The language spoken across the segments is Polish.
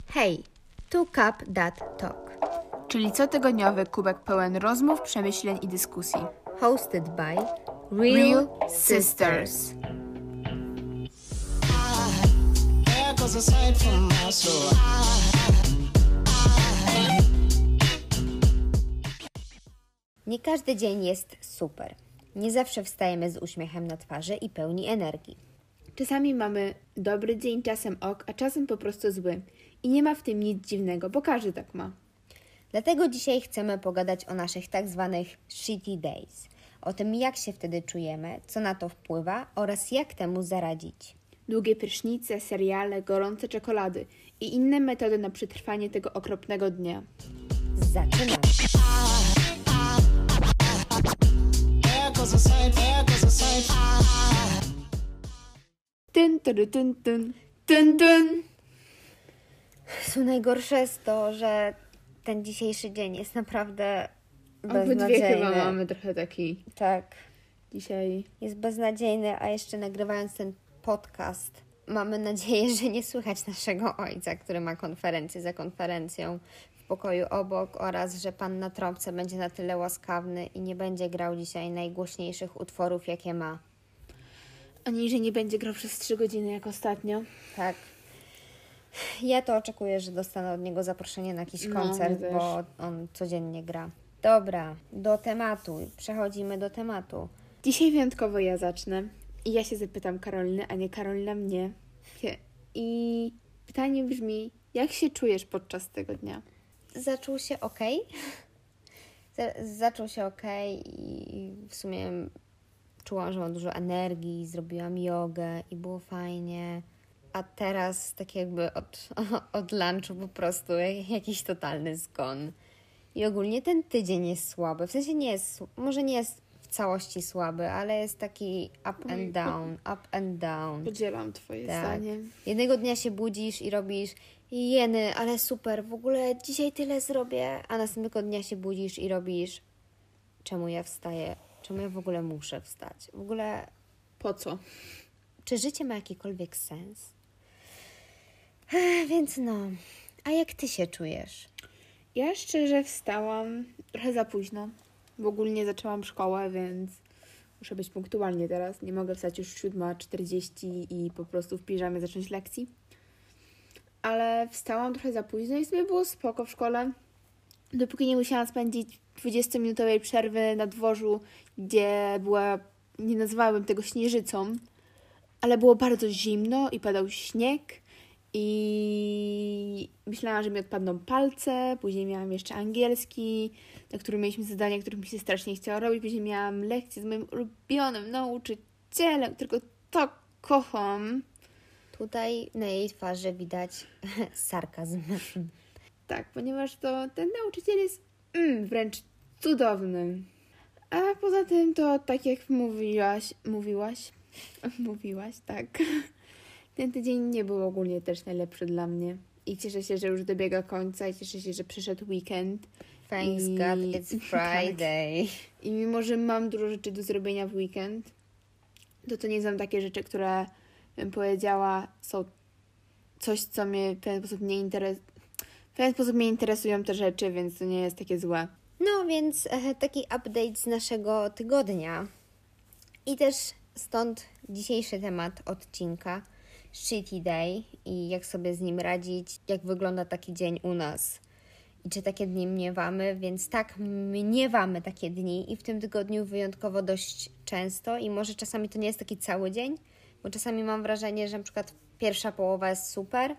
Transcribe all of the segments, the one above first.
Hej, tu Cup That Talk. Czyli cotygodniowy kubek pełen rozmów, przemyśleń i dyskusji. Hosted by Real Sisters. Nie każdy dzień jest super. Nie zawsze wstajemy z uśmiechem na twarzy i pełni energii. Czasami mamy dobry dzień, czasem ok, a czasem po prostu zły. I nie ma w tym nic dziwnego, bo każdy tak ma. Dlatego dzisiaj chcemy pogadać o naszych tak zwanych shitty days. O tym, jak się wtedy czujemy, co na to wpływa oraz jak temu zaradzić. Długie prysznice, seriale, gorące czekolady i inne metody na przetrwanie tego okropnego dnia. Zaczynamy! Tyn, tyn, tyn, tyn, tyn, tyn. Najgorsze jest to, że ten dzisiejszy dzień jest naprawdę Obydwie beznadziejny. chyba mamy trochę taki Tak, dzisiaj. jest beznadziejny, a jeszcze nagrywając ten podcast, mamy nadzieję, że nie słychać naszego ojca, który ma konferencję za konferencją w pokoju obok oraz, że pan na trąbce będzie na tyle łaskawny i nie będzie grał dzisiaj najgłośniejszych utworów, jakie ma. Ani, że nie będzie grał przez 3 godziny jak ostatnio. Tak. Ja to oczekuję, że dostanę od niego zaproszenie na jakiś koncert, ja też. bo on codziennie gra. Dobra, do tematu. Przechodzimy do tematu. Dzisiaj wyjątkowo ja zacznę. I ja się zapytam Karoliny, a nie Karolina mnie. I pytanie brzmi, jak się czujesz podczas tego dnia? Zaczął się okej. Zaczął się okej i w sumie czułam, że mam dużo energii, zrobiłam jogę i było fajnie. A teraz tak jakby od lunchu po prostu jakiś totalny zgon. I ogólnie ten tydzień jest słaby. W sensie nie jest, może nie jest w całości słaby, ale jest taki up and down. Podzielam twoje Tak. zdanie. Jednego dnia się budzisz i robisz jeny, ale super, w ogóle dzisiaj tyle zrobię, a następnego dnia się budzisz i robisz czemu ja wstaję, czemu ja w ogóle muszę wstać. W ogóle, Po co? czy życie ma jakikolwiek sens? Więc no, a jak ty się czujesz? Ja szczerze wstałam trochę za późno, bo ogólnie zaczęłam szkołę, więc muszę być punktualnie teraz. Nie mogę wstać już 7:40 i po prostu w piżamie zacząć lekcji. Ale wstałam trochę za późno i sobie było spoko w szkole. Dopóki nie musiałam spędzić 20-minutowej przerwy na dworzu, gdzie była, nie nazwałabym tego śnieżycą, ale było bardzo zimno i padał śnieg i myślałam, że mi odpadną palce. Później miałam jeszcze angielski, na którym mieliśmy zadania, których mi się strasznie chciało robić. Później miałam lekcję z moim ulubionym nauczycielem, którego tak kocham. Tutaj na jej twarzy widać sarkazm. Tak, ponieważ to ten nauczyciel jest wręcz cudowny. A poza tym to tak jak mówiłaś, tak. Ten tydzień nie był ogólnie też najlepszy dla mnie. I cieszę się, że już dobiega końca i cieszę się, że przyszedł weekend. Thanks God it's Friday. I mimo, że mam dużo rzeczy do zrobienia w weekend, to nie są takie rzeczy, które bym powiedziała są coś, co mnie w pewien sposób nie interesuje. W pewien sposób mnie interesują te rzeczy, więc to nie jest takie złe. No więc taki update z naszego tygodnia. I też stąd dzisiejszy temat odcinka Shitty Day i jak sobie z nim radzić, jak wygląda taki dzień u nas i czy takie dni miewamy, więc tak, miewamy takie dni i w tym tygodniu wyjątkowo dość często i może czasami to nie jest taki cały dzień, bo czasami mam wrażenie, że na przykład pierwsza połowa jest super,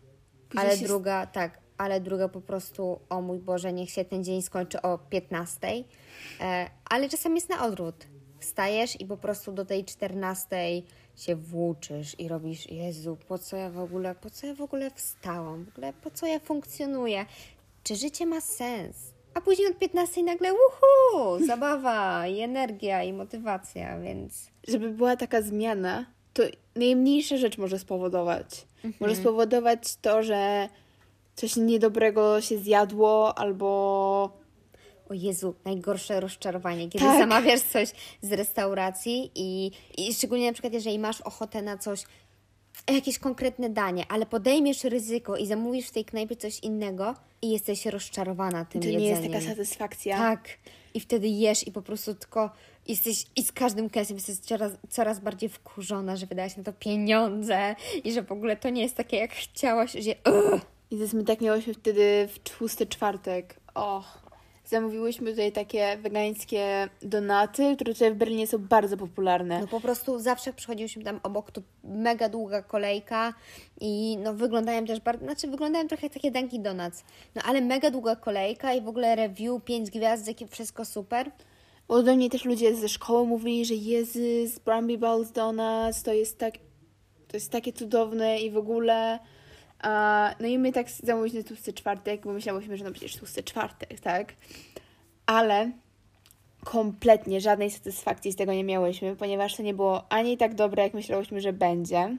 ale druga po prostu, o mój Boże, niech się ten dzień skończy o 15:00, ale czasami jest na odwrót. Wstajesz i po prostu do tej 14:00 się włóczysz i robisz, Jezu, po co ja w ogóle wstałam, w ogóle po co ja funkcjonuję, czy życie ma sens? A później od 15:00 nagle zabawa i energia i motywacja, więc... Żeby była taka zmiana, to najmniejsza rzecz może spowodować. Może spowodować to, że coś niedobrego się zjadło albo... O Jezu, najgorsze rozczarowanie, kiedy Tak. zamawiasz coś z restauracji i szczególnie na przykład, jeżeli masz ochotę na coś jakieś konkretne danie, ale podejmiesz ryzyko i zamówisz w tej knajpie coś innego i jesteś rozczarowana tym To jedzeniem. nie jest taka satysfakcja. Tak. I wtedy jesz i po prostu tylko jesteś i z każdym kesem jesteś coraz bardziej wkurzona, że wydałaś na to pieniądze i że w ogóle to nie jest takie, jak chciałaś, że I my tak miałyśmy wtedy w tłusty czwartek. Zamówiłyśmy tutaj takie wegańskie donaty, które tutaj w Berlinie są bardzo popularne. No po prostu zawsze jak przychodziłyśmy tam obok, to mega długa kolejka i no wyglądają też bardzo, wyglądają trochę jak takie Dunkin' Donuts, no ale mega długa kolejka i w ogóle review, 5 gwiazdek i wszystko super. Bo do mnie też ludzie ze szkoły mówili, że Jezus, Bramble Balls Donuts, to jest takie cudowne i w ogóle... No i my tak zamówiliśmy tłusty czwartek, bo myślałyśmy, że no przecież tłusty czwartek, tak? Ale kompletnie żadnej satysfakcji z tego nie miałyśmy, ponieważ to nie było ani tak dobre, jak myślałyśmy, że będzie.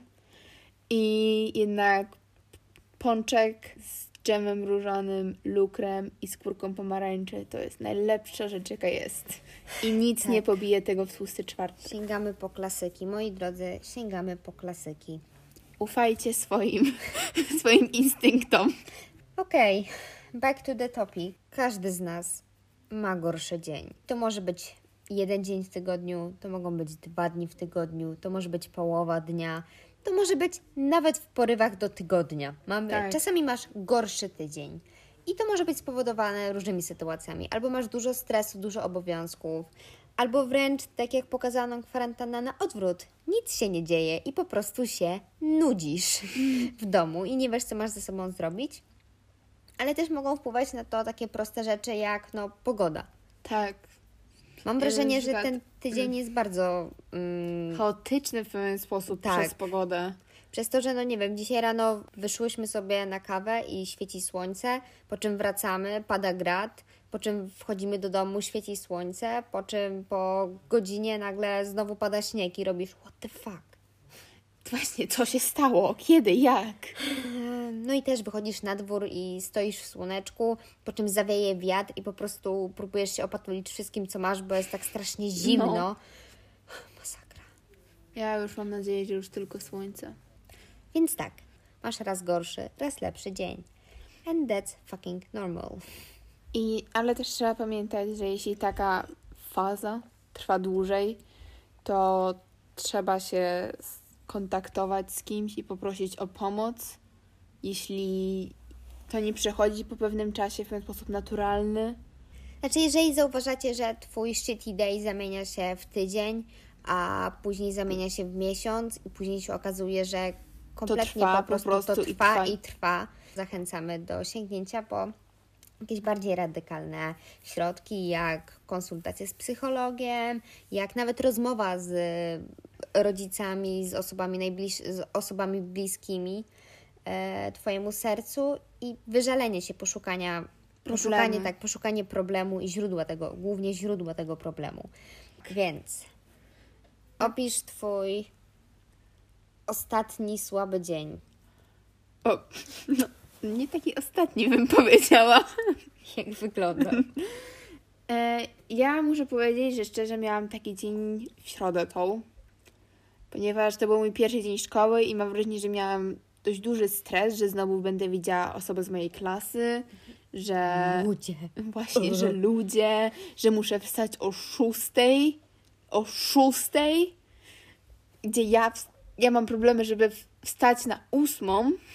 I jednak pączek z dżemem różanym, lukrem i skórką pomarańczy to jest najlepsza rzecz, jaka jest. I nic nie pobije tego w tłusty czwartek. Sięgamy po klasyki, moi drodzy, sięgamy po klasyki. Ufajcie swoim instynktom. Okej, back to the topic. Każdy z nas ma gorszy dzień. To może być jeden dzień w tygodniu, to mogą być 2 dni w tygodniu, to może być połowa dnia, to może być nawet w porywach do tygodnia. Czasami masz gorszy tydzień. I to może być spowodowane różnymi sytuacjami. Albo masz dużo stresu, dużo obowiązków, albo wręcz, tak jak pokazała nam kwarantanna, na odwrót. Nic się nie dzieje i po prostu się nudzisz w domu i nie wiesz, co masz ze sobą zrobić. Ale też mogą wpływać na to takie proste rzeczy jak pogoda. Tak. Mam wrażenie, że ten tydzień jest bardzo... chaotyczny w pewien sposób przez pogodę. Przez to, że dzisiaj rano wyszłyśmy sobie na kawę i świeci słońce, po czym wracamy, pada grad, po czym wchodzimy do domu, świeci słońce, po czym po godzinie nagle znowu pada śnieg i robisz what the fuck. Właśnie, co się stało? Kiedy? Jak? No i też wychodzisz na dwór i stoisz w słoneczku, po czym zawieje wiatr i po prostu próbujesz się opatulić wszystkim, co masz, bo jest tak strasznie zimno. No. Masakra. Ja już mam nadzieję, że już tylko słońce. Więc tak, masz raz gorszy, raz lepszy dzień. And that's fucking normal. Ale też trzeba pamiętać, że jeśli taka faza trwa dłużej, to trzeba się kontaktować z kimś i poprosić o pomoc, jeśli to nie przechodzi po pewnym czasie w ten sposób naturalny. Znaczy, jeżeli zauważacie, że twój shitty day zamienia się w tydzień, a później zamienia się w miesiąc i później się okazuje, że kompletnie to trwa. Zachęcamy do sięgnięcia po jakieś bardziej radykalne środki, jak konsultacje z psychologiem, jak nawet rozmowa z rodzicami, z osobami bliskimi twojemu sercu i wyżalenie się, poszukanie problemu i głównie źródła tego problemu. Więc opisz twój ostatni słaby dzień. Nie taki ostatni, bym powiedziała. Jak wygląda? Ja muszę powiedzieć, że szczerze miałam taki dzień w środę ponieważ to był mój pierwszy dzień szkoły i mam wrażenie, że miałam dość duży stres, że znowu będę widziała osobę z mojej klasy, że... Ludzie. Właśnie, że ludzie, że muszę wstać o 6, gdzie ja mam problemy, żeby wstać na 8,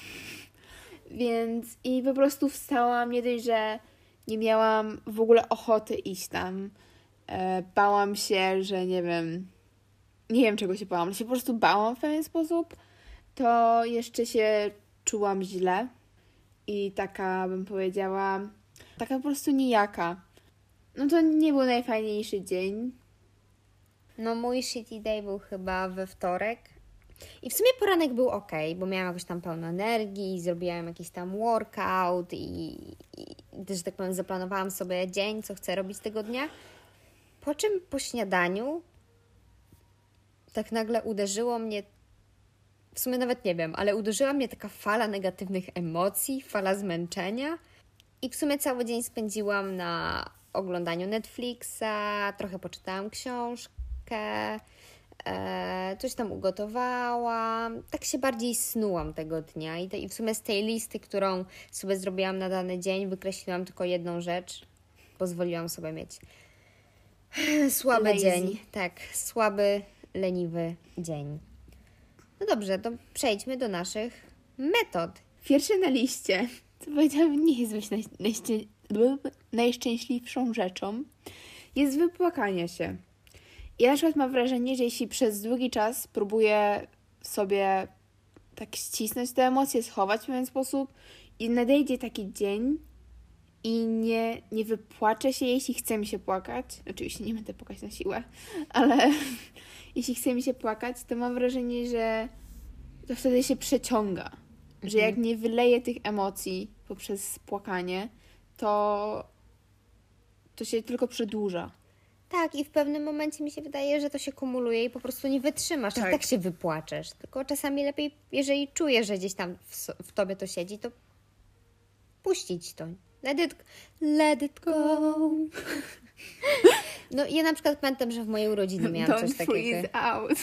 więc i po prostu wstałam, nie dość, że nie miałam w ogóle ochoty iść tam. Bałam się, że nie wiem czego się bałam, ale się po prostu bałam w pewien sposób, to jeszcze się czułam źle i taka, bym powiedziała, taka po prostu nijaka. No to nie był najfajniejszy dzień. No mój shitty day był chyba we wtorek i w sumie poranek był okej, bo miałam jakoś tam pełno energii, zrobiłam jakiś tam workout i też, że tak powiem, zaplanowałam sobie dzień, co chcę robić tego dnia. Po czym po śniadaniu tak nagle uderzyło mnie, w sumie nawet nie wiem, ale uderzyła mnie taka fala negatywnych emocji, fala zmęczenia i w sumie cały dzień spędziłam na oglądaniu Netflixa, trochę poczytałam książkę, coś tam ugotowałam, tak się bardziej snułam tego dnia i w sumie z tej listy, którą sobie zrobiłam na dany dzień, wykreśliłam tylko jedną rzecz, pozwoliłam sobie mieć słaby Lazy. dzień, tak, słaby, leniwy dzień. No dobrze, to przejdźmy do naszych metod. Pierwsze na liście, co powiedziałabym, nie jest najszczęśliwszą rzeczą, jest wypłakanie się. Ja na przykład mam wrażenie, że jeśli przez długi czas próbuję sobie tak ścisnąć te emocje, schować w pewien sposób i nadejdzie taki dzień i nie wypłaczę się, jeśli chce mi się płakać. Oczywiście nie będę płakać na siłę, ale jeśli chce mi się płakać, to mam wrażenie, że to wtedy się przeciąga. Że jak nie wyleję tych emocji poprzez płakanie, to się tylko przedłuża. Tak, i w pewnym momencie mi się wydaje, że to się kumuluje i po prostu nie wytrzymasz, tak się wypłaczesz. Tylko czasami lepiej, jeżeli czujesz, że gdzieś tam w tobie to siedzi, to puścić to. Let it go. No ja na przykład pamiętam, że w mojej urodziny miałam coś takiego. Freeze out.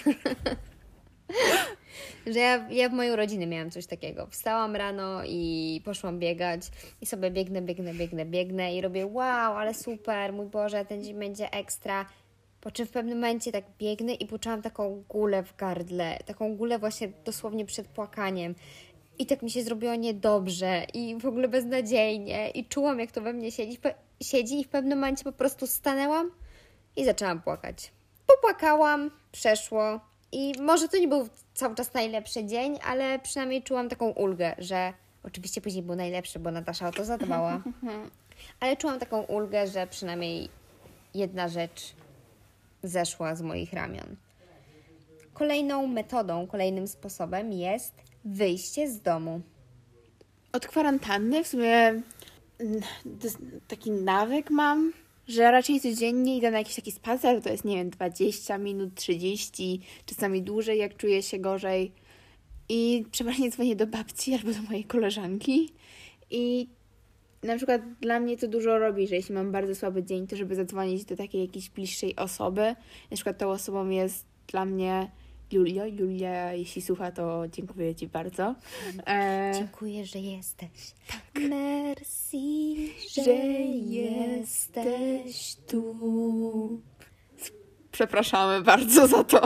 Że ja w mojej urodziny miałam coś takiego. Wstałam rano i poszłam biegać i sobie biegnę i robię wow, ale super, mój Boże, ten dzień będzie ekstra. Po czym w pewnym momencie tak biegnę i poczułam taką gulę w gardle, taką gulę właśnie dosłownie przed płakaniem. I tak mi się zrobiło niedobrze i w ogóle beznadziejnie i czułam, jak to we mnie siedzi i w pewnym momencie po prostu stanęłam i zaczęłam płakać. Popłakałam, przeszło i może to nie był cały czas najlepszy dzień, ale przynajmniej czułam taką ulgę, że oczywiście później był najlepszy, bo Natasza o to zadbała, ale czułam taką ulgę, że przynajmniej jedna rzecz zeszła z moich ramion. Kolejną metodą, kolejnym sposobem jest wyjście z domu. Od kwarantanny w sumie taki nawyk mam, że raczej codziennie idę na jakiś taki spacer, to jest, nie wiem, 20 minut, 30, czasami dłużej, jak czuję się gorzej. I przeważnie dzwonię do babci albo do mojej koleżanki. I na przykład dla mnie to dużo robi, że jeśli mam bardzo słaby dzień, to żeby zadzwonić do takiej jakiejś bliższej osoby. Na przykład tą osobą jest dla mnie Julia, jeśli słucha, to dziękuję Ci bardzo. Dziękuję, że jesteś. Tak. Merci, że jesteś tu. Przepraszamy bardzo za to.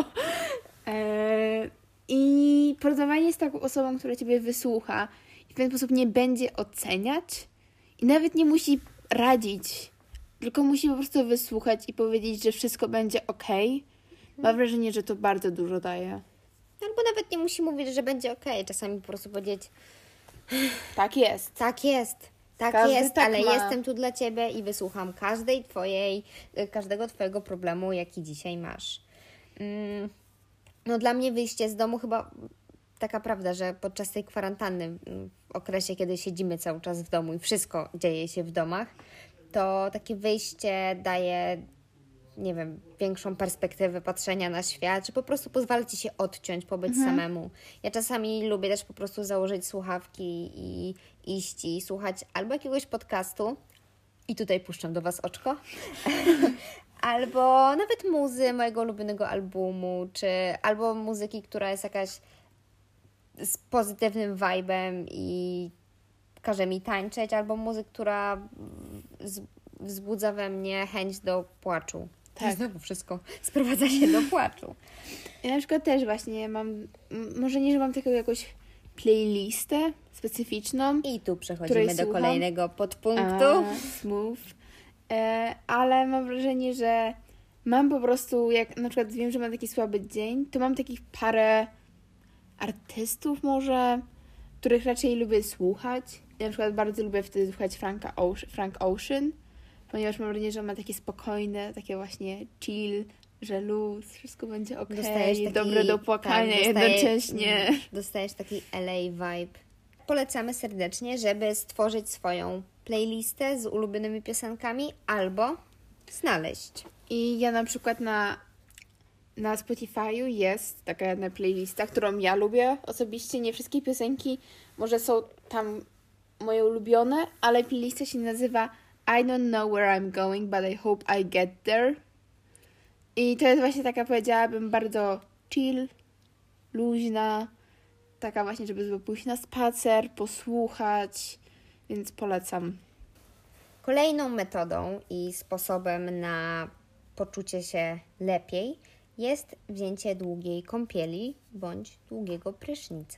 I porozmawianie z taką osobą, która Ciebie wysłucha i w ten sposób nie będzie oceniać i nawet nie musi radzić, tylko musi po prostu wysłuchać i powiedzieć, że wszystko będzie okej. Mam wrażenie, że to bardzo dużo daje. Albo nawet nie musi mówić, że będzie okej. Czasami po prostu powiedzieć tak jest. Tak jest. Tak Każdy jest, tak ale ma. jestem tu dla Ciebie i wysłucham każdego Twojego problemu, jaki dzisiaj masz. No dla mnie wyjście z domu chyba taka prawda, że podczas tej kwarantanny, w okresie, kiedy siedzimy cały czas w domu i wszystko dzieje się w domach, to takie wyjście daje, nie wiem, większą perspektywę patrzenia na świat, że po prostu pozwala Ci się odciąć, pobyć samemu. Ja czasami lubię też po prostu założyć słuchawki i iść i słuchać albo jakiegoś podcastu i tutaj puszczam do Was oczko, albo nawet muzy mojego ulubionego albumu, albo muzyki, która jest jakaś z pozytywnym vibe'em i każe mi tańczyć, albo muzyka, która wzbudza we mnie chęć do płaczu. Tak. Znowu wszystko sprowadza się do płaczu. Ja na przykład też właśnie mam, może nie, że mam taką jakąś playlistę specyficzną. I tu przechodzimy do kolejnego podpunktu. Smooth. Ale mam wrażenie, że mam po prostu, jak na przykład wiem, że mam taki słaby dzień, to mam takich parę artystów może, których raczej lubię słuchać. Ja na przykład bardzo lubię wtedy słuchać Frank Ocean, ponieważ mam wrażenie, że on ma takie spokojne, takie właśnie chill, że luz, wszystko będzie okej, dobre do płakania jednocześnie. Dostajesz taki LA vibe. Polecamy serdecznie, żeby stworzyć swoją playlistę z ulubionymi piosenkami albo znaleźć. I ja na przykład na Spotify'u jest taka jedna playlista, którą ja lubię osobiście. Nie wszystkie piosenki może są tam moje ulubione, ale playlista się nazywa I don't know where I'm going, but I hope I get there. I to jest właśnie taka, powiedziałabym, bardzo chill, luźna, taka właśnie, żeby sobie pójść na spacer, posłuchać, więc polecam. Kolejną metodą i sposobem na poczucie się lepiej jest wzięcie długiej kąpieli bądź długiego prysznica.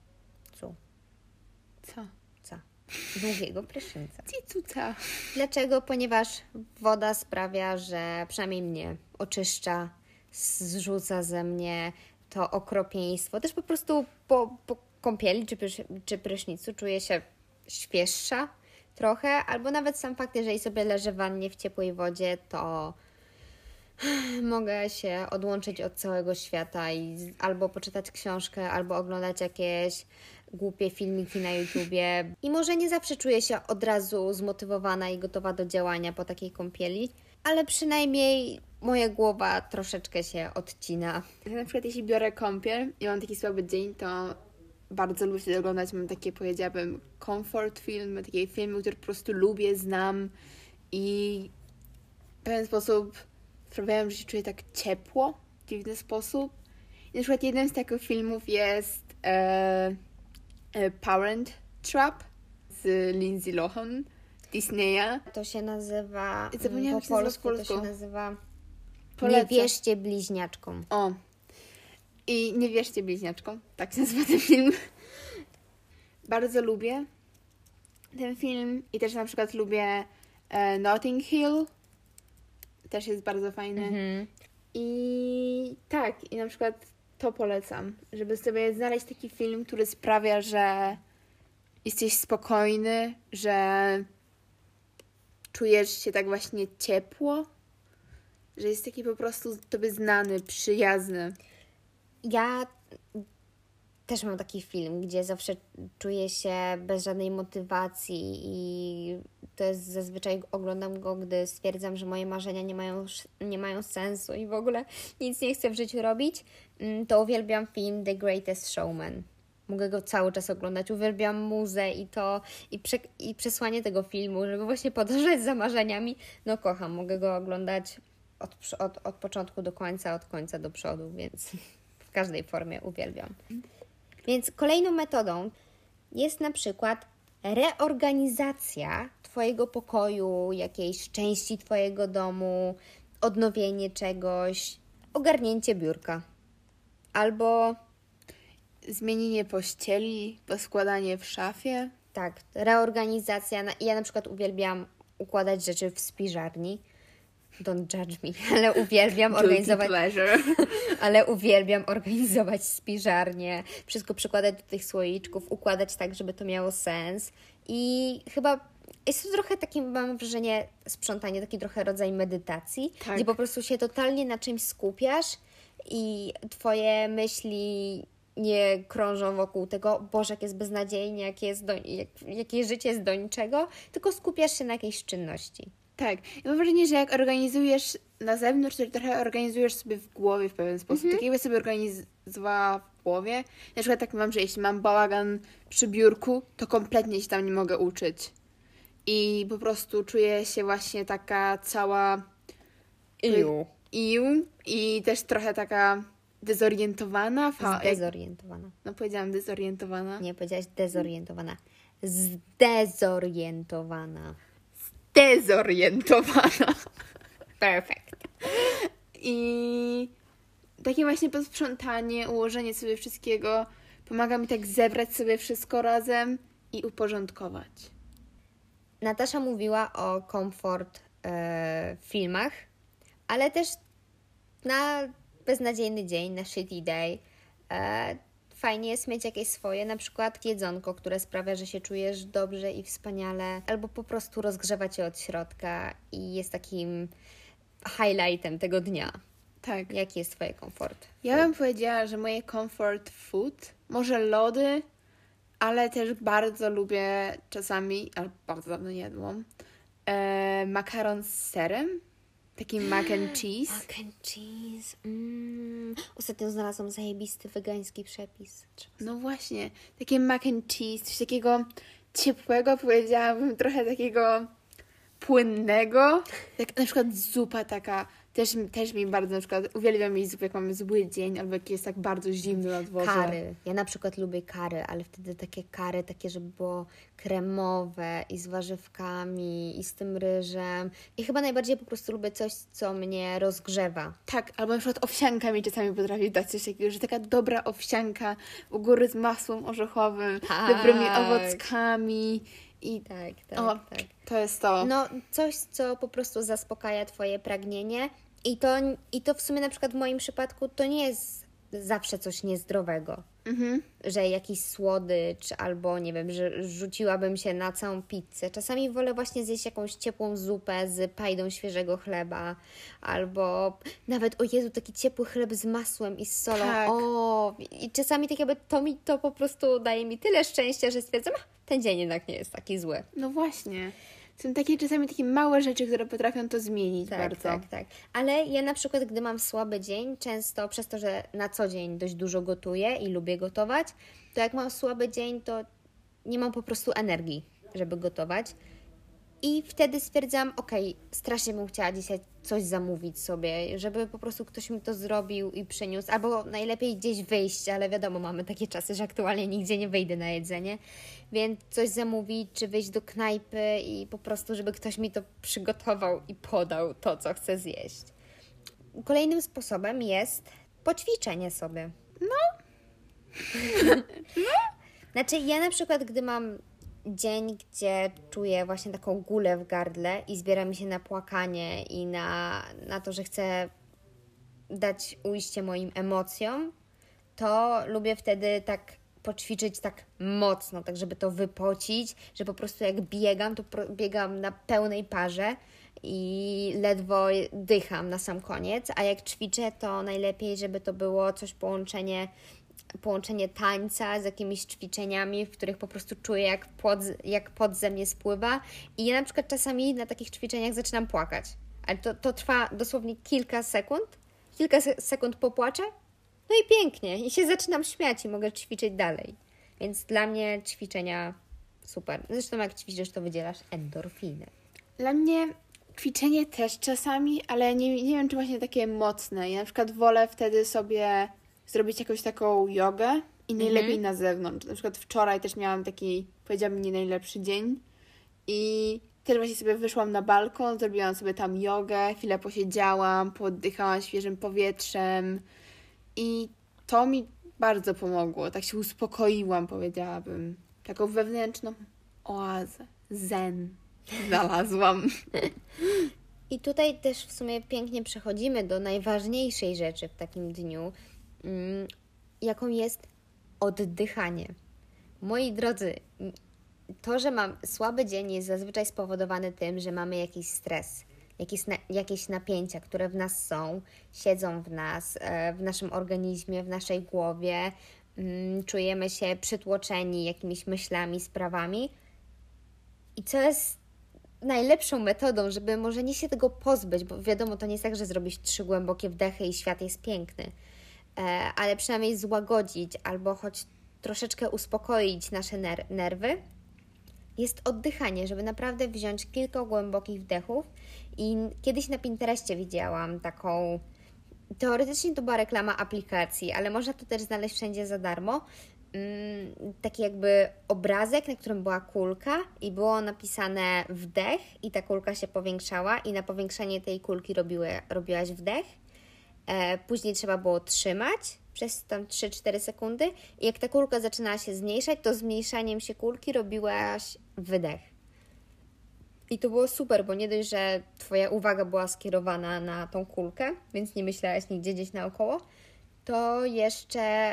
Co? Długiego prysznica. Cicuca. Dlaczego? Ponieważ woda sprawia, że przynajmniej mnie oczyszcza, zrzuca ze mnie to okropieństwo. Też po prostu po kąpieli czy prysznicu czuję się świeższa trochę, albo nawet sam fakt, jeżeli sobie leżę w wannie w ciepłej wodzie, to mogę się odłączyć od całego świata i albo poczytać książkę, albo oglądać jakieś głupie filmiki na YouTubie. I może nie zawsze czuję się od razu zmotywowana i gotowa do działania po takiej kąpieli, ale przynajmniej moja głowa troszeczkę się odcina. Na przykład jeśli biorę kąpiel i mam taki słaby dzień, to bardzo lubię wtedy oglądać. Mam takie, powiedziałabym, comfort filmy, takie filmy, które po prostu lubię, znam i w pewien sposób sprawiają, że się czuję tak ciepło, w dziwny sposób. I na przykład jednym z takich filmów jest Parent Trap z Lindsay Lohan, Disneya. To się nazywa, Zapomniałam, po jak się nazywa polsku to się nazywa Polecam. Nie wierzcie bliźniaczkom. O. I nie wierzcie bliźniaczkom. Tak się nazywa ten film. Bardzo lubię ten film i też na przykład lubię Notting Hill. Też jest bardzo fajny. I tak, i na przykład to polecam, żeby sobie znaleźć taki film, który sprawia, że jesteś spokojny, że czujesz się tak właśnie ciepło, że jest taki po prostu tobie znany, przyjazny. Ja też mam taki film, gdzie zawsze czuję się bez żadnej motywacji i to jest zazwyczaj oglądam go, gdy stwierdzam, że moje marzenia nie mają sensu i w ogóle nic nie chcę w życiu robić. To uwielbiam film The Greatest Showman. Mogę go cały czas oglądać. Uwielbiam muzę i przesłanie tego filmu, żeby właśnie podążać za marzeniami. No kocham, mogę go oglądać od początku do końca, od końca do przodu, więc w każdej formie uwielbiam. Więc kolejną metodą jest na przykład reorganizacja Twojego pokoju, jakiejś części Twojego domu, odnowienie czegoś, ogarnięcie biurka. Albo zmienienie pościeli, poskładanie w szafie. tak, reorganizacja. Ja na przykład uwielbiam układać rzeczy w spiżarni. Don't judge me, ale uwielbiam organizować spiżarnię, wszystko przykładać do tych słoiczków, układać tak, żeby to miało sens. I chyba jest to trochę taki, mam wrażenie, sprzątanie, taki trochę rodzaj medytacji, tak, gdzie po prostu się totalnie na czymś skupiasz i Twoje myśli nie krążą wokół tego, Boże, jak jest beznadziejnie, jakie życie jest do niczego, tylko skupiasz się na jakiejś czynności. Tak. I mam wrażenie, że jak organizujesz na zewnątrz, to trochę organizujesz sobie w głowie w pewien sposób. Tak jakby sobie organizowała w głowie. Na przykład tak mam, że jeśli mam bałagan przy biurku, to kompletnie się tam nie mogę uczyć. I po prostu czuję się właśnie taka cała i też trochę taka dezorientowana. Zdezorientowana. No powiedziałam dezorientowana. Nie, powiedziałaś dezorientowana. Zdezorientowana. Dezorientowana. Perfect. I takie właśnie posprzątanie, ułożenie sobie wszystkiego pomaga mi tak zebrać sobie wszystko razem i uporządkować. Natasza mówiła o komfort w filmach, ale też na beznadziejny dzień, na shitty day fajnie jest mieć jakieś swoje, na przykład jedzonko, które sprawia, że się czujesz dobrze i wspaniale, albo po prostu rozgrzewa Cię od środka i jest takim highlightem tego dnia. Tak. Jaki jest Twoje komfort? Ja bym powiedziała, że moje comfort food, może lody, ale też bardzo lubię czasami, ale bardzo dawno nie jadłam, makaron z serem. Taki mac and cheese. Mac and cheese. Ostatnio znalazłam zajebisty wegański przepis. No właśnie. Takie mac and cheese. Coś takiego ciepłego, powiedziałabym. Trochę takiego płynnego. Jak na przykład zupa taka Też mi bardzo na przykład uwielbiam jeść zupę, jak mamy zły dzień, albo jak jest tak bardzo zimno na dworze. Kary. Ja na przykład lubię kary, ale wtedy takie kary, takie, żeby było kremowe i z warzywkami i z tym ryżem. I chyba najbardziej po prostu lubię coś, co mnie rozgrzewa. Tak, albo na przykład owsianka mi czasami potrafi dać coś takiego, że taka dobra owsianka u góry z masłem orzechowym, dobrymi owockami i Tak. to jest to. No, coś, co po prostu zaspokaja Twoje pragnienie i to w sumie na przykład w moim przypadku to nie jest zawsze coś niezdrowego. Że jakiś słodycz albo nie wiem, że rzuciłabym się na całą pizzę. Czasami wolę właśnie zjeść jakąś ciepłą zupę z pajdą świeżego chleba albo nawet, o Jezu, taki ciepły chleb z masłem i z solą. Tak. O, i czasami tak jakby to po prostu daje mi tyle szczęścia, że stwierdzam, ten dzień jednak nie jest taki zły. No właśnie. Są czasami takie małe rzeczy, które potrafią to zmienić bardzo. Tak. Ale ja na przykład, gdy mam słaby dzień, często przez to, że na co dzień dość dużo gotuję i lubię gotować, to jak mam słaby dzień, to nie mam po prostu energii, żeby gotować. I wtedy stwierdzam, strasznie bym chciała dzisiaj coś zamówić sobie, żeby po prostu ktoś mi to zrobił i przyniósł, albo najlepiej gdzieś wyjść, ale wiadomo, mamy takie czasy, że aktualnie nigdzie nie wyjdę na jedzenie, więc coś zamówić, czy wyjść do knajpy i po prostu, żeby ktoś mi to przygotował i podał to, co chcę zjeść. Kolejnym sposobem jest poćwiczenie sobie. Znaczy, ja na przykład, gdy mam dzień, gdzie czuję właśnie taką gulę w gardle i zbiera mi się na płakanie i na to, że chcę dać ujście moim emocjom, to lubię wtedy tak poćwiczyć tak mocno, tak żeby to wypocić, że po prostu jak biegam, to biegam na pełnej parze i ledwo dycham na sam koniec, a jak ćwiczę, to najlepiej, żeby to było coś połączenie tańca z jakimiś ćwiczeniami, w których po prostu czuję, jak pot ze mnie spływa. I ja na przykład czasami na takich ćwiczeniach zaczynam płakać. Ale to trwa dosłownie kilka sekund. Kilka sekund popłaczę, no i pięknie. I się zaczynam śmiać i mogę ćwiczyć dalej. Więc dla mnie ćwiczenia super. Zresztą jak ćwiczysz, to wydzielasz endorfiny. Dla mnie ćwiczenie też czasami, ale nie wiem, czy właśnie takie mocne. Ja na przykład wolę wtedy sobie zrobić jakąś taką jogę i najlepiej na zewnątrz. Na przykład wczoraj też miałam taki, powiedziałabym, nie najlepszy dzień i też właśnie sobie wyszłam na balkon, zrobiłam sobie tam jogę, chwilę posiedziałam, pooddychałam świeżym powietrzem i to mi bardzo pomogło. Tak się uspokoiłam, powiedziałabym. Taką wewnętrzną oazę, zen znalazłam. I tutaj też w sumie pięknie przechodzimy do najważniejszej rzeczy w takim dniu, jaką jest oddychanie. Moi drodzy, to, że mam słaby dzień, jest zazwyczaj spowodowane tym, że mamy jakiś stres, jakieś napięcia, które w nas są, siedzą w nas, w naszym organizmie, w naszej głowie, czujemy się przytłoczeni jakimiś myślami, sprawami. I co jest najlepszą metodą, żeby może nie się tego pozbyć, bo wiadomo, to nie jest tak, że zrobisz 3 głębokie wdechy i świat jest piękny, ale przynajmniej złagodzić albo choć troszeczkę uspokoić nasze nerwy, jest oddychanie, żeby naprawdę wziąć kilka głębokich wdechów. I kiedyś na Pinterestie widziałam taką, teoretycznie to była reklama aplikacji, ale można to też znaleźć wszędzie za darmo, taki jakby obrazek, na którym była kulka i było napisane wdech i ta kulka się powiększała i na powiększenie tej kulki robiłaś wdech. Później trzeba było trzymać przez tam 3-4 sekundy i jak ta kulka zaczynała się zmniejszać, to zmniejszaniem się kulki robiłaś wydech. I to było super, bo nie dość, że Twoja uwaga była skierowana na tą kulkę, więc nie myślałaś nigdzie gdzieś naokoło, to jeszcze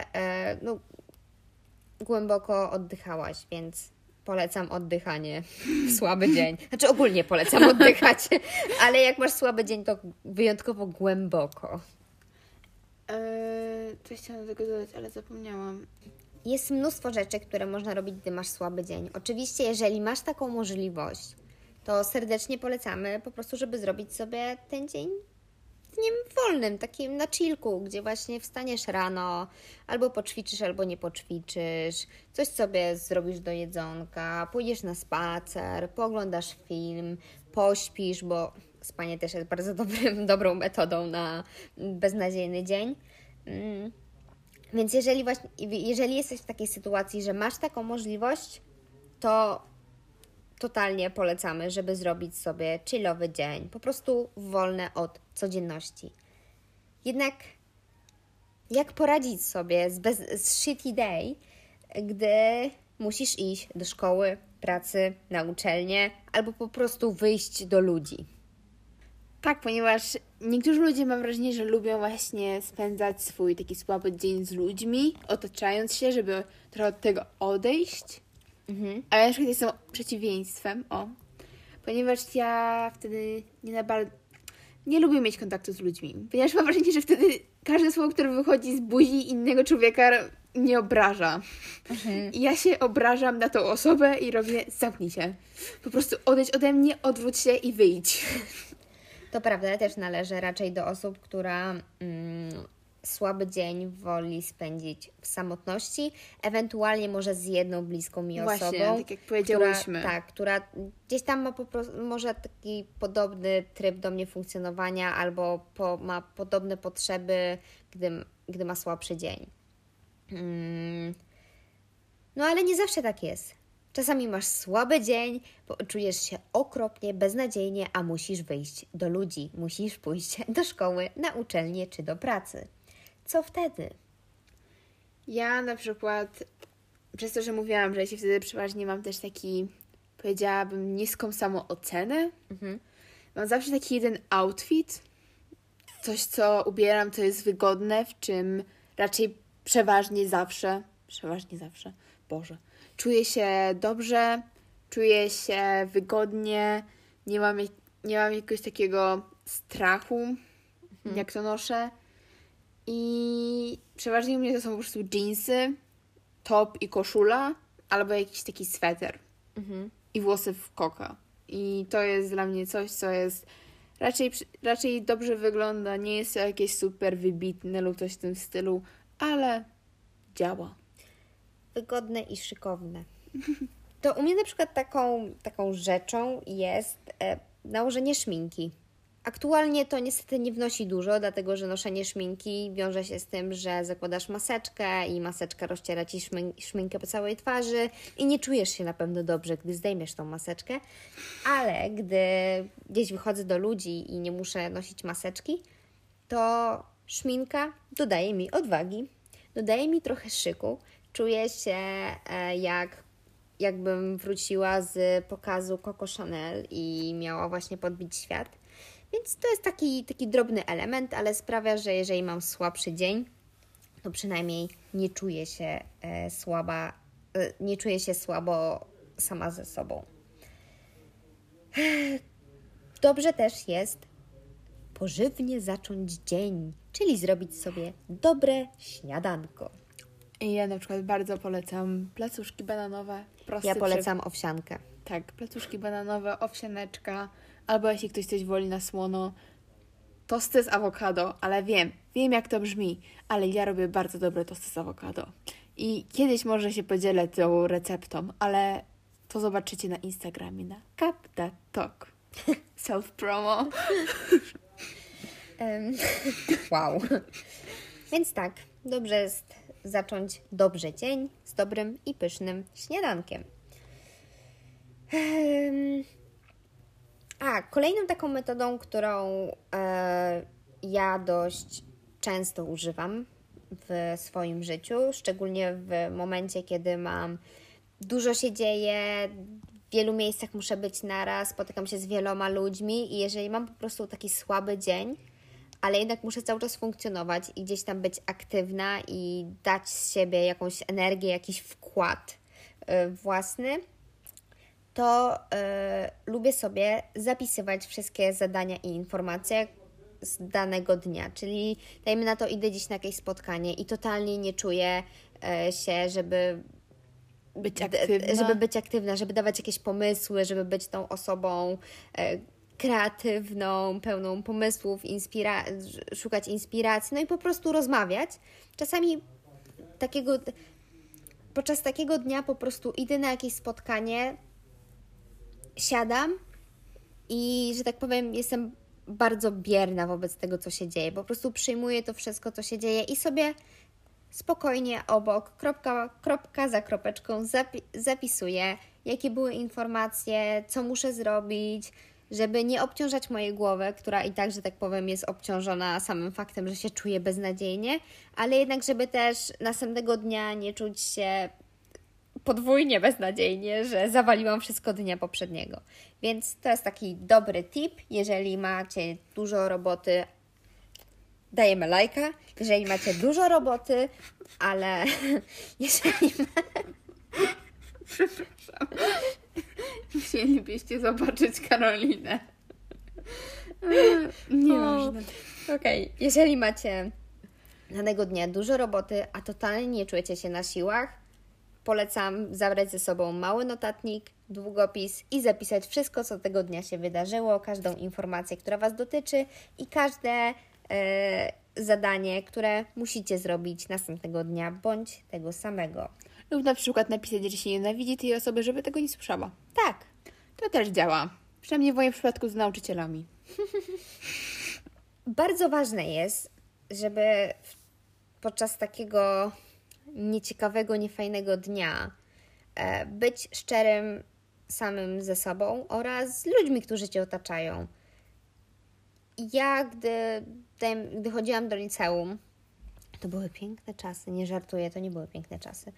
głęboko oddychałaś, więc polecam oddychanie w słaby dzień. Znaczy ogólnie polecam oddychać, ale jak masz słaby dzień, to wyjątkowo głęboko. Coś chciałam do tego dodać, ale zapomniałam. Jest mnóstwo rzeczy, które można robić, gdy masz słaby dzień. Oczywiście, jeżeli masz taką możliwość, to serdecznie polecamy po prostu, żeby zrobić sobie ten dzień dniem wolnym, takim na chillku, gdzie właśnie wstaniesz rano, albo poćwiczysz, albo nie poćwiczysz, coś sobie zrobisz do jedzonka, pójdziesz na spacer, pooglądasz film, pośpisz, bo spanie też jest bardzo dobrą metodą na beznadziejny dzień. Więc jeżeli jesteś w takiej sytuacji, że masz taką możliwość, to totalnie polecamy, żeby zrobić sobie chillowy dzień, po prostu wolne od codzienności. Jednak jak poradzić sobie z shitty day, gdy musisz iść do szkoły, pracy, na uczelnię albo po prostu wyjść do ludzi? Tak, ponieważ niektórzy ludzie, mam wrażenie, że lubią właśnie spędzać swój taki słaby dzień z ludźmi, otaczając się, żeby trochę od tego odejść. A ja na przykład jestem przeciwieństwem, ponieważ ja wtedy nie lubię mieć kontaktu z ludźmi, ponieważ mam wrażenie, że wtedy każde słowo, które wychodzi z buzi innego człowieka, mnie obraża. I ja się obrażam na tą osobę i robię, zamknij się. Po prostu odejdź ode mnie, odwróć się i wyjdź. To prawda, ja też należę raczej do osób, która słaby dzień woli spędzić w samotności, ewentualnie może z jedną bliską mi osobą. Właśnie, tak jak powiedziałyśmy. Która gdzieś tam ma może taki podobny tryb do mnie funkcjonowania albo ma podobne potrzeby, gdy ma słabszy dzień. No ale nie zawsze tak jest. Czasami masz słaby dzień, czujesz się okropnie, beznadziejnie, a musisz wyjść do ludzi, musisz pójść do szkoły, na uczelnię czy do pracy. Co wtedy? Ja na przykład, przez to, że mówiłam, że ja się wtedy przeważnie mam też taki, powiedziałabym, niską samoocenę. Mam zawsze taki jeden outfit, coś, co ubieram, co jest wygodne, w czym raczej przeważnie zawsze, Boże, czuję się dobrze, czuję się wygodnie, nie mam jakiegoś takiego strachu, jak to noszę. I przeważnie u mnie to są po prostu dżinsy, top i koszula, albo jakiś taki sweter. I włosy w koka. I to jest dla mnie coś, co jest raczej dobrze wygląda, nie jest to jakieś super wybitne lub coś w tym stylu, ale działa. Wygodne i szykowne. To u mnie na przykład taką rzeczą jest nałożenie szminki. Aktualnie to niestety nie wnosi dużo, dlatego że noszenie szminki wiąże się z tym, że zakładasz maseczkę i maseczka rozciera Ci szminkę po całej twarzy i nie czujesz się na pewno dobrze, gdy zdejmiesz tą maseczkę, ale gdy gdzieś wychodzę do ludzi i nie muszę nosić maseczki, to szminka dodaje mi odwagi, dodaje mi trochę szyku, czuję się jakbym wróciła z pokazu Coco Chanel i miała właśnie podbić świat. Więc to jest taki drobny element, ale sprawia, że jeżeli mam słabszy dzień, to przynajmniej nie czuję się słabo sama ze sobą. Dobrze też jest pożywnie zacząć dzień, czyli zrobić sobie dobre śniadanko. I ja na przykład bardzo polecam placuszki bananowe. Ja polecam owsiankę. Tak, placuszki bananowe, owsianeczka, albo jeśli ktoś coś woli na słono, tosty z awokado, ale wiem jak to brzmi, ale ja robię bardzo dobre tosty z awokado. I kiedyś może się podzielę tą receptą, ale to zobaczycie na Instagramie, na Cap.talk. Self-promo. Wow. Więc tak, dobrze jest zacząć dobrze dzień z dobrym i pysznym śniadankiem. Kolejną taką metodą, którą ja dość często używam w swoim życiu, szczególnie w momencie, kiedy dużo się dzieje, w wielu miejscach muszę być naraz, spotykam się z wieloma ludźmi i jeżeli mam po prostu taki słaby dzień, ale jednak muszę cały czas funkcjonować i gdzieś tam być aktywna i dać z siebie jakąś energię, jakiś wkład własny, to lubię sobie zapisywać wszystkie zadania i informacje z danego dnia. Czyli dajmy na to, idę dziś na jakieś spotkanie i totalnie nie czuję się, żeby być aktywna, żeby dawać jakieś pomysły, żeby być tą osobą, kreatywną, pełną pomysłów, szukać inspiracji, no i po prostu rozmawiać. Czasami podczas takiego dnia po prostu idę na jakieś spotkanie, siadam i, że tak powiem, jestem bardzo bierna wobec tego, co się dzieje. Po prostu przyjmuję to wszystko, co się dzieje i sobie spokojnie obok, kropka za kropeczką zapisuję, jakie były informacje, co muszę zrobić, żeby nie obciążać mojej głowy, która i tak, że tak powiem, jest obciążona samym faktem, że się czuję beznadziejnie, ale jednak, żeby też następnego dnia nie czuć się podwójnie beznadziejnie, że zawaliłam wszystko dnia poprzedniego. Więc to jest taki dobry tip, jeżeli macie dużo roboty, dajemy lajka, jeżeli macie dużo roboty, ale jeżeli Przepraszam. Chcielibyście zobaczyć Karolinę. Nieważne. Okej, jeżeli macie danego dnia dużo roboty, a totalnie nie czujecie się na siłach, polecam zabrać ze sobą mały notatnik, długopis i zapisać wszystko, co tego dnia się wydarzyło, każdą informację, która Was dotyczy i każde zadanie, które musicie zrobić następnego dnia bądź tego samego. Lub na przykład napisać, że się nienawidzi tej osoby, żeby tego nie słyszała. Tak. To też działa. Przynajmniej w moim przypadku z nauczycielami. Bardzo ważne jest, żeby podczas takiego nieciekawego, niefajnego dnia być szczerym samym ze sobą oraz z ludźmi, którzy Cię otaczają. Ja, gdy chodziłam do liceum, to były piękne czasy, nie żartuję, to nie były piękne czasy.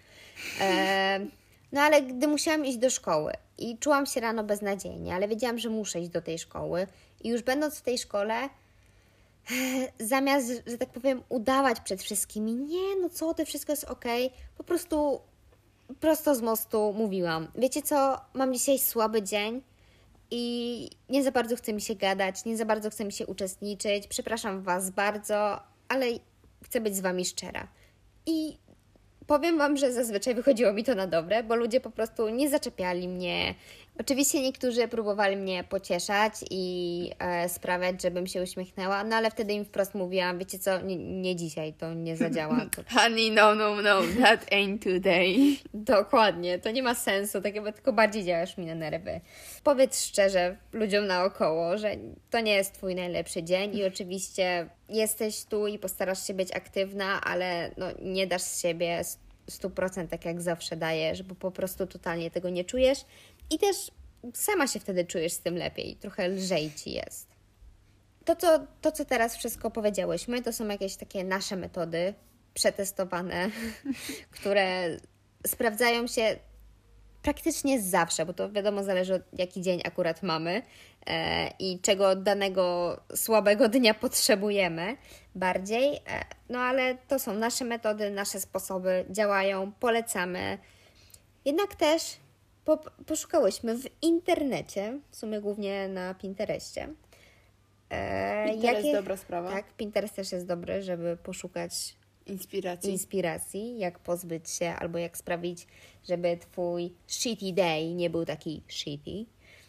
No ale gdy musiałam iść do szkoły i czułam się rano beznadziejnie, ale wiedziałam, że muszę iść do tej szkoły i już będąc w tej szkole, zamiast, że tak powiem, udawać przed wszystkimi, nie, no co, to wszystko jest okej, po prostu prosto z mostu mówiłam, wiecie co, mam dzisiaj słaby dzień i nie za bardzo chce mi się gadać, nie za bardzo chce mi się uczestniczyć, przepraszam Was bardzo, ale chcę być z Wami szczera. I powiem Wam, że zazwyczaj wychodziło mi to na dobre, bo ludzie po prostu nie zaczepiali mnie. Oczywiście niektórzy próbowali mnie pocieszać i sprawiać, żebym się uśmiechnęła, no ale wtedy im wprost mówiłam, wiecie co, nie dzisiaj, to nie zadziała. Honey, no, that ain't today. Dokładnie, to nie ma sensu, tak jakby tylko bardziej działasz mi na nerwy. Powiedz szczerze ludziom naokoło, że to nie jest Twój najlepszy dzień i oczywiście jesteś tu i postarasz się być aktywna, ale no, nie dasz z siebie 100% tak jak zawsze dajesz, bo po prostu totalnie tego nie czujesz i też sama się wtedy czujesz z tym lepiej, trochę lżej Ci jest. To, co teraz wszystko powiedziałyśmy, to są jakieś takie nasze metody przetestowane, które sprawdzają się praktycznie zawsze, bo to wiadomo zależy od jaki dzień akurat mamy i czego danego słabego dnia potrzebujemy bardziej, no ale to są nasze metody, nasze sposoby, działają, polecamy. Jednak też poszukałyśmy w internecie, w sumie głównie na Pinterestie. Pinterest dobra sprawa. Tak, Pinterest też jest dobry, żeby poszukać inspiracji, jak pozbyć się albo jak sprawić, żeby Twój shitty day nie był taki shitty.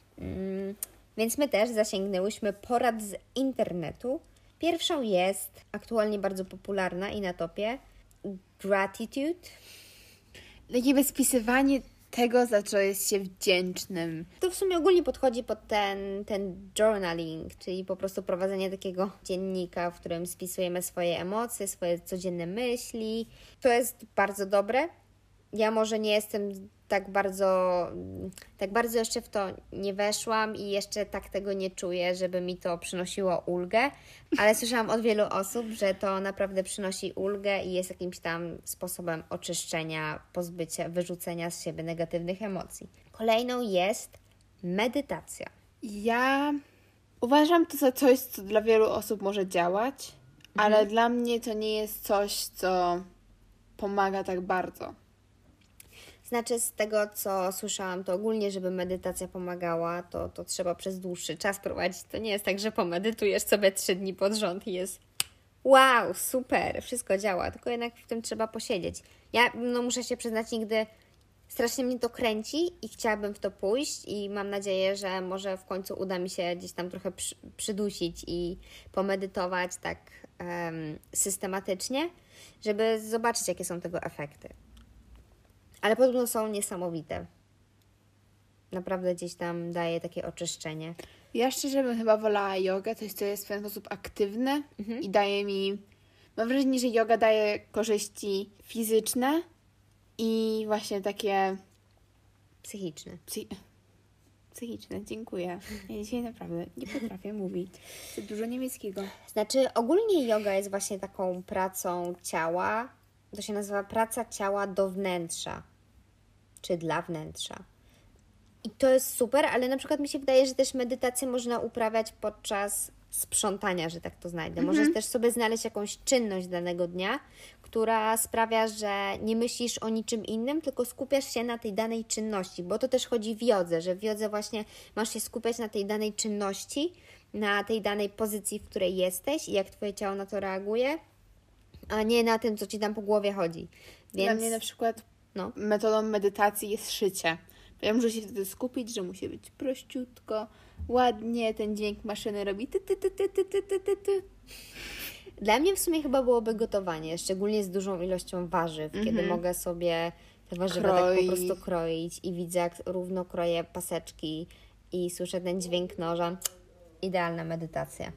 Więc my też zasięgnęłyśmy porad z internetu. Pierwszą jest aktualnie bardzo popularna i na topie gratitude. Takie spisywanie tego, za co jest się wdzięcznym. To w sumie ogólnie podchodzi pod ten journaling, czyli po prostu prowadzenie takiego dziennika, w którym spisujemy swoje emocje, swoje codzienne myśli. To jest bardzo dobre. Ja może nie jestem tak bardzo jeszcze w to nie weszłam i jeszcze tak tego nie czuję, żeby mi to przynosiło ulgę, ale słyszałam od wielu osób, że to naprawdę przynosi ulgę i jest jakimś tam sposobem oczyszczenia, pozbycia, wyrzucenia z siebie negatywnych emocji. Kolejną jest medytacja. Ja uważam to za coś, co dla wielu osób może działać, ale dla mnie to nie jest coś, co pomaga tak bardzo. Znaczy z tego, co słyszałam, to ogólnie, żeby medytacja pomagała, to trzeba przez dłuższy czas prowadzić. To nie jest tak, że pomedytujesz sobie 3 dni pod rząd i jest wow, super, wszystko działa, tylko jednak w tym trzeba posiedzieć. Ja muszę się przyznać, nigdy strasznie mnie to kręci i chciałabym w to pójść i mam nadzieję, że może w końcu uda mi się gdzieś tam trochę przydusić i pomedytować tak systematycznie, żeby zobaczyć, jakie są tego efekty. Ale podobno są niesamowite. Naprawdę gdzieś tam daje takie oczyszczenie. Ja szczerze bym chyba wolała jogę, to jest w pewien sposób aktywne i daje mi... Mam wrażenie, że joga daje korzyści fizyczne i właśnie takie... Psychiczne. Psychiczne, dziękuję. Ja dzisiaj naprawdę nie potrafię mówić. Jest dużo niemieckiego. Znaczy, ogólnie yoga jest właśnie taką pracą ciała. To się nazywa praca ciała do wnętrza. Czy dla wnętrza. I to jest super, ale na przykład mi się wydaje, że też medytację można uprawiać podczas sprzątania, że tak to znajdę. Możesz też sobie znaleźć jakąś czynność danego dnia, która sprawia, że nie myślisz o niczym innym, tylko skupiasz się na tej danej czynności, bo to też chodzi w jodze, że w jodze właśnie masz się skupiać na tej danej czynności, na tej danej pozycji, w której jesteś i jak Twoje ciało na to reaguje, a nie na tym, co Ci tam po głowie chodzi. Więc... Dla mnie na przykład metodą medytacji jest szycie. Ja muszę się wtedy skupić, że musi być prościutko, ładnie, ten dźwięk maszyny robi ty. Dla mnie w sumie chyba byłoby gotowanie, szczególnie z dużą ilością warzyw, kiedy mogę sobie te warzywa tak po prostu kroić i widzę, jak równo kroję paseczki i słyszę ten dźwięk noża. Idealna medytacja.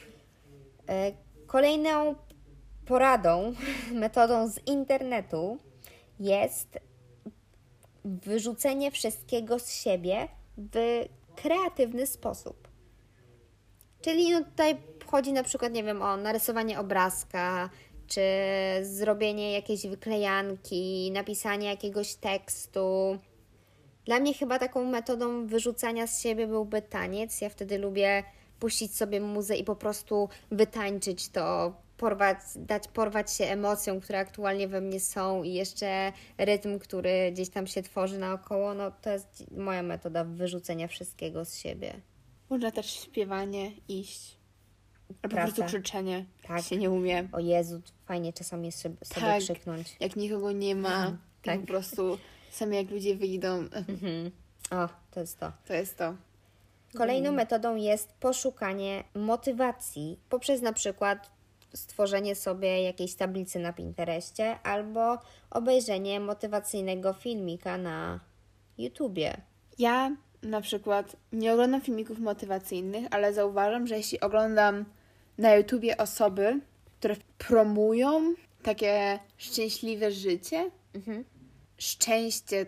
Kolejną poradą, metodą z internetu jest wyrzucenie wszystkiego z siebie w kreatywny sposób. Czyli tutaj chodzi na przykład, nie wiem, o narysowanie obrazka, czy zrobienie jakiejś wyklejanki, napisanie jakiegoś tekstu. Dla mnie chyba taką metodą wyrzucania z siebie byłby taniec. Ja wtedy lubię puścić sobie muzę i po prostu wytańczyć to, dać porwać się emocjom, które aktualnie we mnie są i jeszcze rytm, który gdzieś tam się tworzy naokoło, no to jest moja metoda wyrzucenia wszystkiego z siebie. Można też śpiewanie iść. Albo po prostu krzyczenie, tak. się nie umie. O Jezu, fajnie czasami sobie krzyknąć. Jak nikogo nie ma, tak. Po prostu sami jak ludzie wyjdą. O, to jest to. To jest to. Kolejną metodą jest poszukanie motywacji poprzez na przykład stworzenie sobie jakiejś tablicy na Pinterestie albo obejrzenie motywacyjnego filmika na YouTubie. Ja na przykład nie oglądam filmików motywacyjnych, ale zauważam, że jeśli oglądam na YouTubie osoby, które promują takie szczęśliwe życie, szczęście,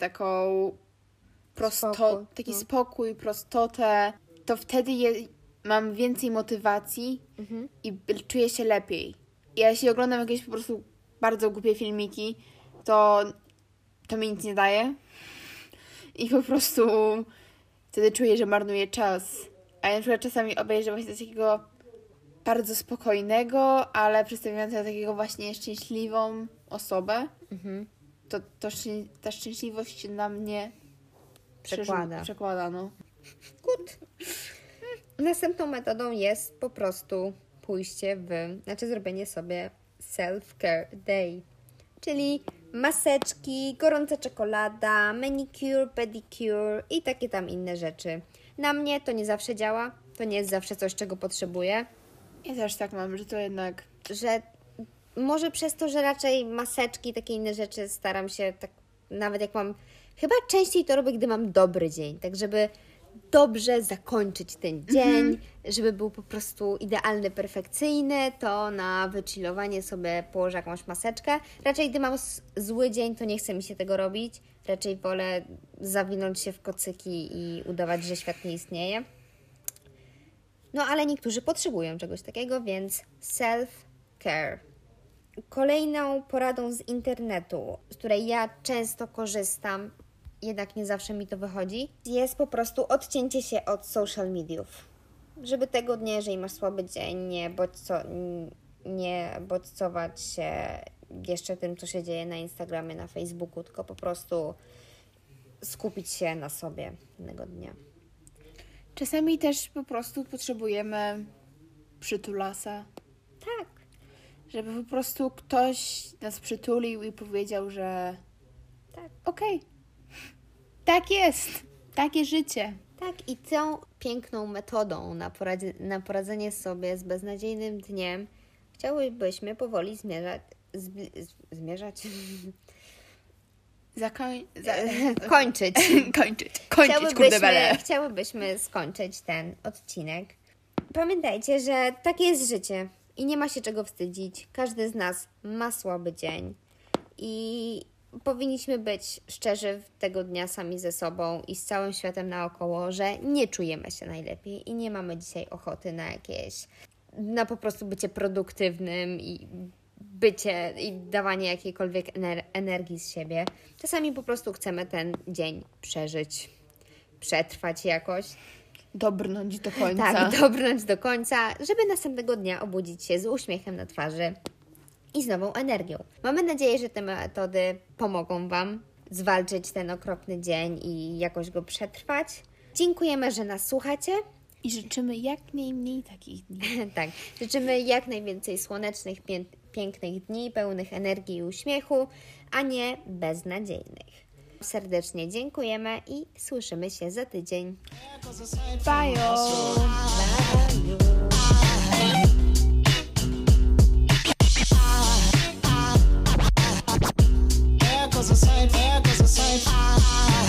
taki spokój, prostotę, to wtedy mam więcej motywacji i czuję się lepiej. Ja jeśli oglądam jakieś po prostu bardzo głupie filmiki, to mi nic nie daje i po prostu wtedy czuję, że marnuję czas. A ja na przykład czasami obejrzę właśnie coś takiego bardzo spokojnego, ale przedstawiającego takiego właśnie szczęśliwą osobę, ta szczęśliwość się na mnie przekłada, no. Good. Następną metodą jest po prostu zrobienie sobie self-care day, czyli maseczki, gorąca czekolada, manicure, pedicure i takie tam inne rzeczy. Na mnie to nie zawsze działa, to nie jest zawsze coś, czego potrzebuję. Ja też tak mam, że to jednak... Że może przez to, że raczej maseczki, takie inne rzeczy staram się tak, nawet jak mam... Chyba częściej to robię, gdy mam dobry dzień, tak żeby dobrze zakończyć ten dzień, żeby był po prostu idealny, perfekcyjny, to na wychillowanie sobie położę jakąś maseczkę. Raczej gdy mam zły dzień, to nie chce mi się tego robić. Raczej wolę zawinąć się w kocyki i udawać, że świat nie istnieje. No ale niektórzy potrzebują czegoś takiego, więc self-care. Kolejną poradą z internetu, z której ja często korzystam, jednak nie zawsze mi to wychodzi, jest po prostu odcięcie się od social mediów. Żeby tego dnia, jeżeli masz słaby dzień, nie bodźcować się jeszcze tym, co się dzieje na Instagramie, na Facebooku, tylko po prostu skupić się na sobie danego dnia. Czasami też po prostu potrzebujemy przytulasa. Tak. Żeby po prostu ktoś nas przytulił i powiedział, że tak, okej. Tak jest. Takie życie. Tak, i tą piękną metodą na poradzenie sobie z beznadziejnym dniem chciałybyśmy powoli kończyć. kurde bele. Chciałybyśmy skończyć ten odcinek. Pamiętajcie, że takie jest życie i nie ma się czego wstydzić. Każdy z nas ma słaby dzień i powinniśmy być szczerzy tego dnia sami ze sobą i z całym światem naokoło, że nie czujemy się najlepiej i nie mamy dzisiaj ochoty na po prostu bycie produktywnym i dawanie jakiejkolwiek energii z siebie. Czasami po prostu chcemy ten dzień przeżyć, przetrwać jakoś. Dobrnąć do końca. Tak, dobrnąć do końca, żeby następnego dnia obudzić się z uśmiechem na twarzy i z nową energią. Mamy nadzieję, że te metody pomogą Wam zwalczyć ten okropny dzień i jakoś go przetrwać. Dziękujemy, że nas słuchacie. I życzymy jak najmniej takich dni. Tak, życzymy jak najwięcej słonecznych, pięknych dni, pełnych energii i uśmiechu, a nie beznadziejnych. Serdecznie dziękujemy i słyszymy się za tydzień. Bye! There goes the sight, there goes the sight.